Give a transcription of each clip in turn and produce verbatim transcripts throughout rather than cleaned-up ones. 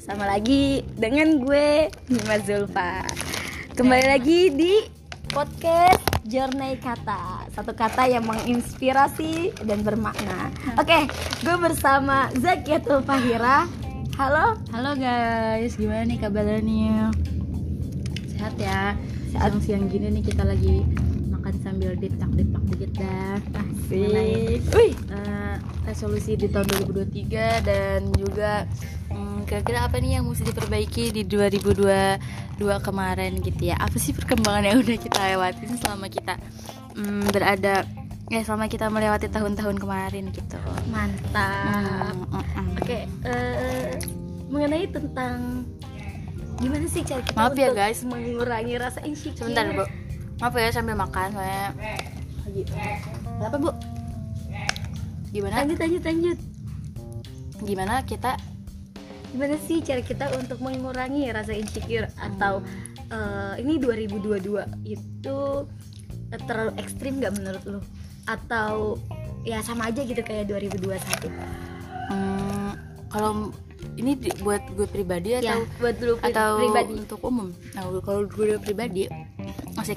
bersama lagi dengan gue Nima Zulfa. Kembali lagi di podcast Journey Kata, satu kata yang menginspirasi dan bermakna. Oke, gue bersama Zakiatul Fahira. Halo, halo guys, gimana nih kabarnya? Sehat ya? Siang-siang gini nih kita lagi makan sambil ditak-ditak dikit dah. Asik. Wih, uh, resolusi di tahun dua ribu dua puluh tiga dan juga hmm, kira-kira apa nih yang mesti diperbaiki di dua ribu dua puluh dua kemarin gitu ya. Apa sih perkembangan yang udah kita lewatin selama kita hmm, berada ya selama kita melewati tahun-tahun kemarin gitu. Mantap. Hmm, mm, mm. Oke, uh, mengenai tentang gimana sih cara kita Maaf untuk ya guys, mengurangi rasa insecure. sebentar bu, maaf ya sambil makan soalnya lagi. Apa bu? Gimana? Lanjut, lanjut, lanjut. Gimana kita? Gimana sih cara kita untuk mengurangi rasa insecure atau uh, ini dua ribu dua puluh dua itu uh, terlalu ekstrim nggak menurut lo? Atau ya sama aja gitu kayak dua ribu dua puluh satu? Hmm, kalau ini di, buat gue pribadi atau ya, buat dulu pri- atau pribadi untuk umum? Nah, kalau gue pribadi asik.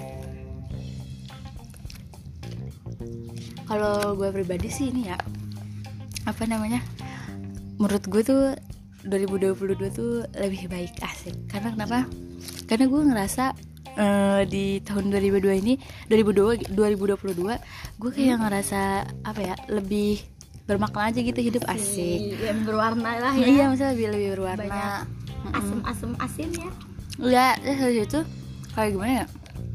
Kalau gue pribadi sih ini ya, apa namanya, menurut gue tuh dua ribu dua puluh dua tuh lebih baik, asik. Karena kenapa? Karena gue ngerasa uh, di tahun dua ribu dua ini dua ribu dua puluh dua gue kayak ngerasa apa ya, lebih bermakna aja gitu hidup, asik. Yang berwarna lah ya. Iya, maksudnya lebih lebih berwarna. Banyak asem-asem asin ya. Ya, ya itu kayak gimana ya?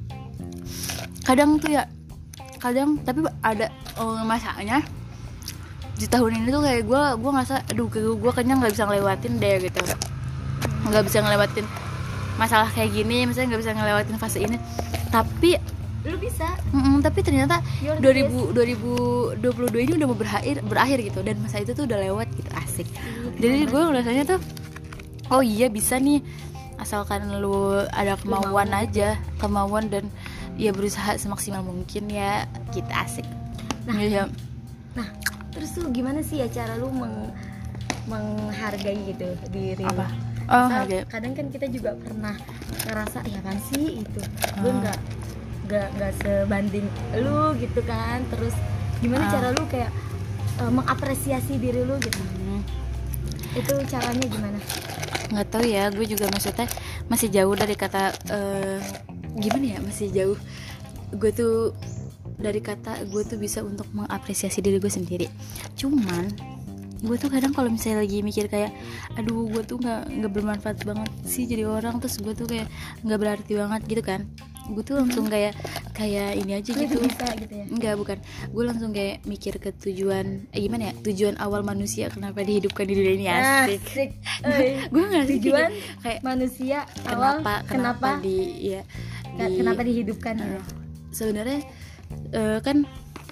Kadang tuh ya, kadang tapi ada oh, masanya di tahun ini tuh kayak gue gue ngerasa aduh gue kenyang nggak bisa ngelewatin deh gitu, nggak bisa ngelewatin masalah kayak gini, misalnya nggak bisa ngelewatin fase ini. Tapi lu bisa. tapi ternyata dua ribu dua puluh dua ini udah mau berakhir berakhir gitu, dan masa itu tuh udah lewat gitu, asik. Jadi gue ngerasanya tuh oh iya bisa nih, asalkan lu ada kemauan aja, kemauan dan ya berusaha semaksimal mungkin ya, kita asik. Nah, ya. Nah, terus tuh gimana sih ya cara lu meng- menghargai gitu diri apa? lu? Oh, Misal, okay. Kadang kan kita juga pernah ngerasa ya kan sih itu, gue Hmm. nggak nggak nggak sebanding lu gitu kan. Terus gimana Hmm. cara lu kayak uh, mengapresiasi diri lu gitu? Hmm. Itu caranya gimana? Nggak tahu ya, gue juga maksudnya masih jauh dari kata uh, gimana ya, masih jauh gue tuh dari kata gue tuh bisa untuk mengapresiasi diri gue sendiri. Cuman gue tuh kadang kalau misalnya lagi mikir kayak aduh gue tuh nggak nggak bermanfaat banget sih jadi orang, terus gue tuh kayak nggak berarti banget gitu kan, gue tuh langsung kayak kayak ini aja gitu. Bisa gitu ya? Enggak, bukan, gue langsung kayak mikir ke tujuan eh, gimana ya, tujuan awal manusia kenapa dihidupkan di dunia ini, asik. Asik. Gue nggak sih Tujuan kayak manusia awal kenapa kenapa kenapa di ya di, kenapa dihidupkan ya? uh, sebenarnya uh, kan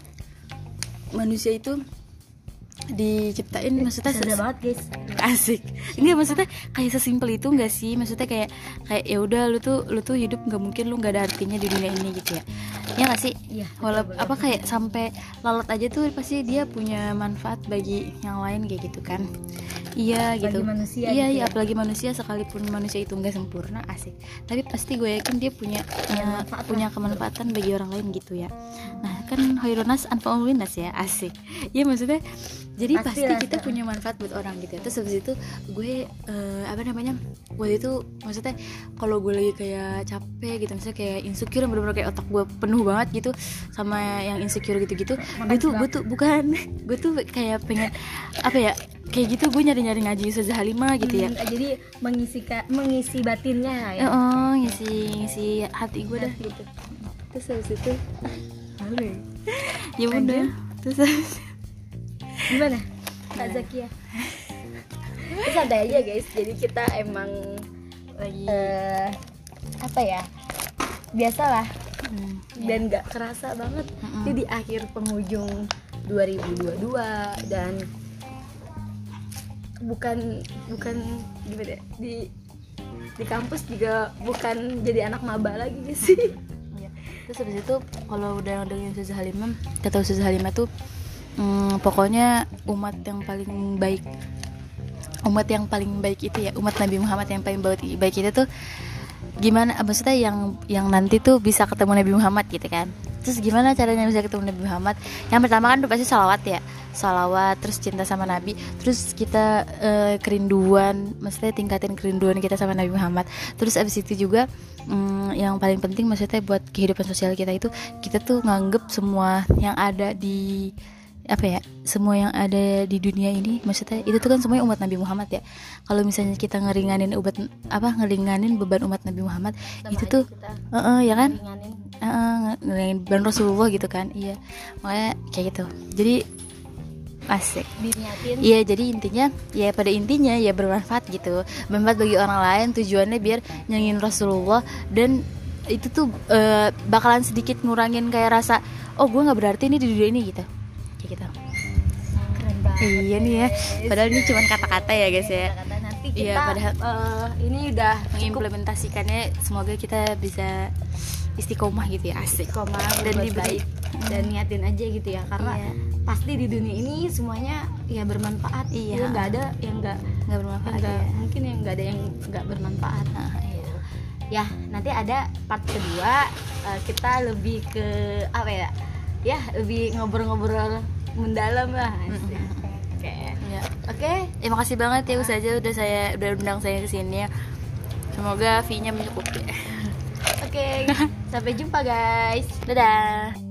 manusia itu diciptain maksudnya Sadar ses- banget guys. asik. Enggak, maksudnya kayak sesimpel itu enggak sih? Maksudnya kayak kayak ya udah lu tuh lu tuh hidup nggak mungkin lu nggak ada artinya di dunia ini gitu ya. Ya nggak sih? Iya. Walaupun apa kayak sampai lalat aja tuh pasti dia punya manfaat bagi yang lain kayak gitu kan. Iya Apalagi gitu. manusia Iya, gitu iya, ya. apalagi manusia, sekalipun manusia itu nggak sempurna, asik. Tapi pasti gue yakin dia punya Punya uh, manfaat punya kemanfaatan bagi orang lain gitu ya. Nah, kan khairunas anfa'ul linnas ya, asik. Ya maksudnya jadi Pasti pasti lah, kita Kak. punya manfaat buat orang gitu ya. Terus habis itu gue uh, apa namanya, waktu itu maksudnya kalau gue lagi kayak capek gitu, misalnya kayak insecure, bener-bener kayak otak gue penuh banget gitu sama yang insecure gitu-gitu, gue tuh gue tuh bukan gue tuh kayak pengen apa ya, kayak gitu gue nyari-nyari ngaji Ustazah Halimah gitu ya. Hmm, jadi mengisi ka- mengisi batinnya ya. Oh, ngisi ngisi hati gue dah gitu. Terus habis itu ya udah, terus habis Gimana Kak Zakia? Terus santai aja guys. Jadi kita emang lagi eh, apa ya, biasalah hmm, ya. dan nggak kerasa banget. Mm-mm. Jadi di akhir penghujung dua ribu dua puluh dua dan bukan bukan gimana ya, di di kampus juga bukan jadi anak maba lagi guys sih. Iya. Terus habis itu kalau udah dengan Ustazah Halimah, kata Ustazah Halimah tuh hmm, pokoknya umat yang paling baik umat yang paling baik itu ya, umat Nabi Muhammad yang paling baik baik itu tuh gimana, maksudnya yang yang nanti tuh bisa ketemu Nabi Muhammad gitu kan. Terus gimana caranya bisa ketemu Nabi Muhammad? Yang pertama kan tuh pasti salawat ya, salawat, terus cinta sama Nabi, terus kita uh, kerinduan, maksudnya tingkatin kerinduan kita sama Nabi Muhammad. Terus abis itu juga um, yang paling penting maksudnya buat kehidupan sosial kita itu, kita tuh nganggep semua yang ada di apa ya, semua yang ada di dunia ini maksudnya itu tuh kan semuanya umat Nabi Muhammad ya. Kalau misalnya kita ngeringanin ubat apa ngeringanin beban umat Nabi Muhammad sama itu tuh uh, uh, ya kan ngeringanin uh, ngeringanin beban Rasulullah gitu kan. Iya, makanya kayak gitu. Jadi asik diniatin. Iya, jadi intinya ya pada intinya ya bermanfaat gitu, bermanfaat bagi orang lain, tujuannya biar nyanyiin Rasulullah, dan itu tuh uh, bakalan sedikit ngurangin kayak rasa oh gue nggak berarti ini di dunia ini gitu kayak gitu. Keren banget. Iya nih ya, padahal ini cuma kata-kata ya guys ya. Kata-kata. Nanti kita Iya, padahal uh, ini udah mengimplementasikannya, semoga kita bisa istiqomah gitu ya, asik koma dan dan diberi baik dan niatin aja gitu ya, karena Iya. pasti di dunia ini semuanya ya bermanfaat. Iya. Ya, nggak ada yang nggak nggak bermanfaat nggak ya. mungkin yang nggak ada yang nggak bermanfaat. Nah, iya. Ya nanti ada part kedua, uh, kita lebih ke apa ya ya lebih ngobrol-ngobrol mendalam lah. Oke. Okay. Iya. Oke. Ya makasih banget ya Ustazah udah saya udah undang saya ke sini. Semoga fee-nya mencukupi. Oke. Sampai jumpa guys. Dadah.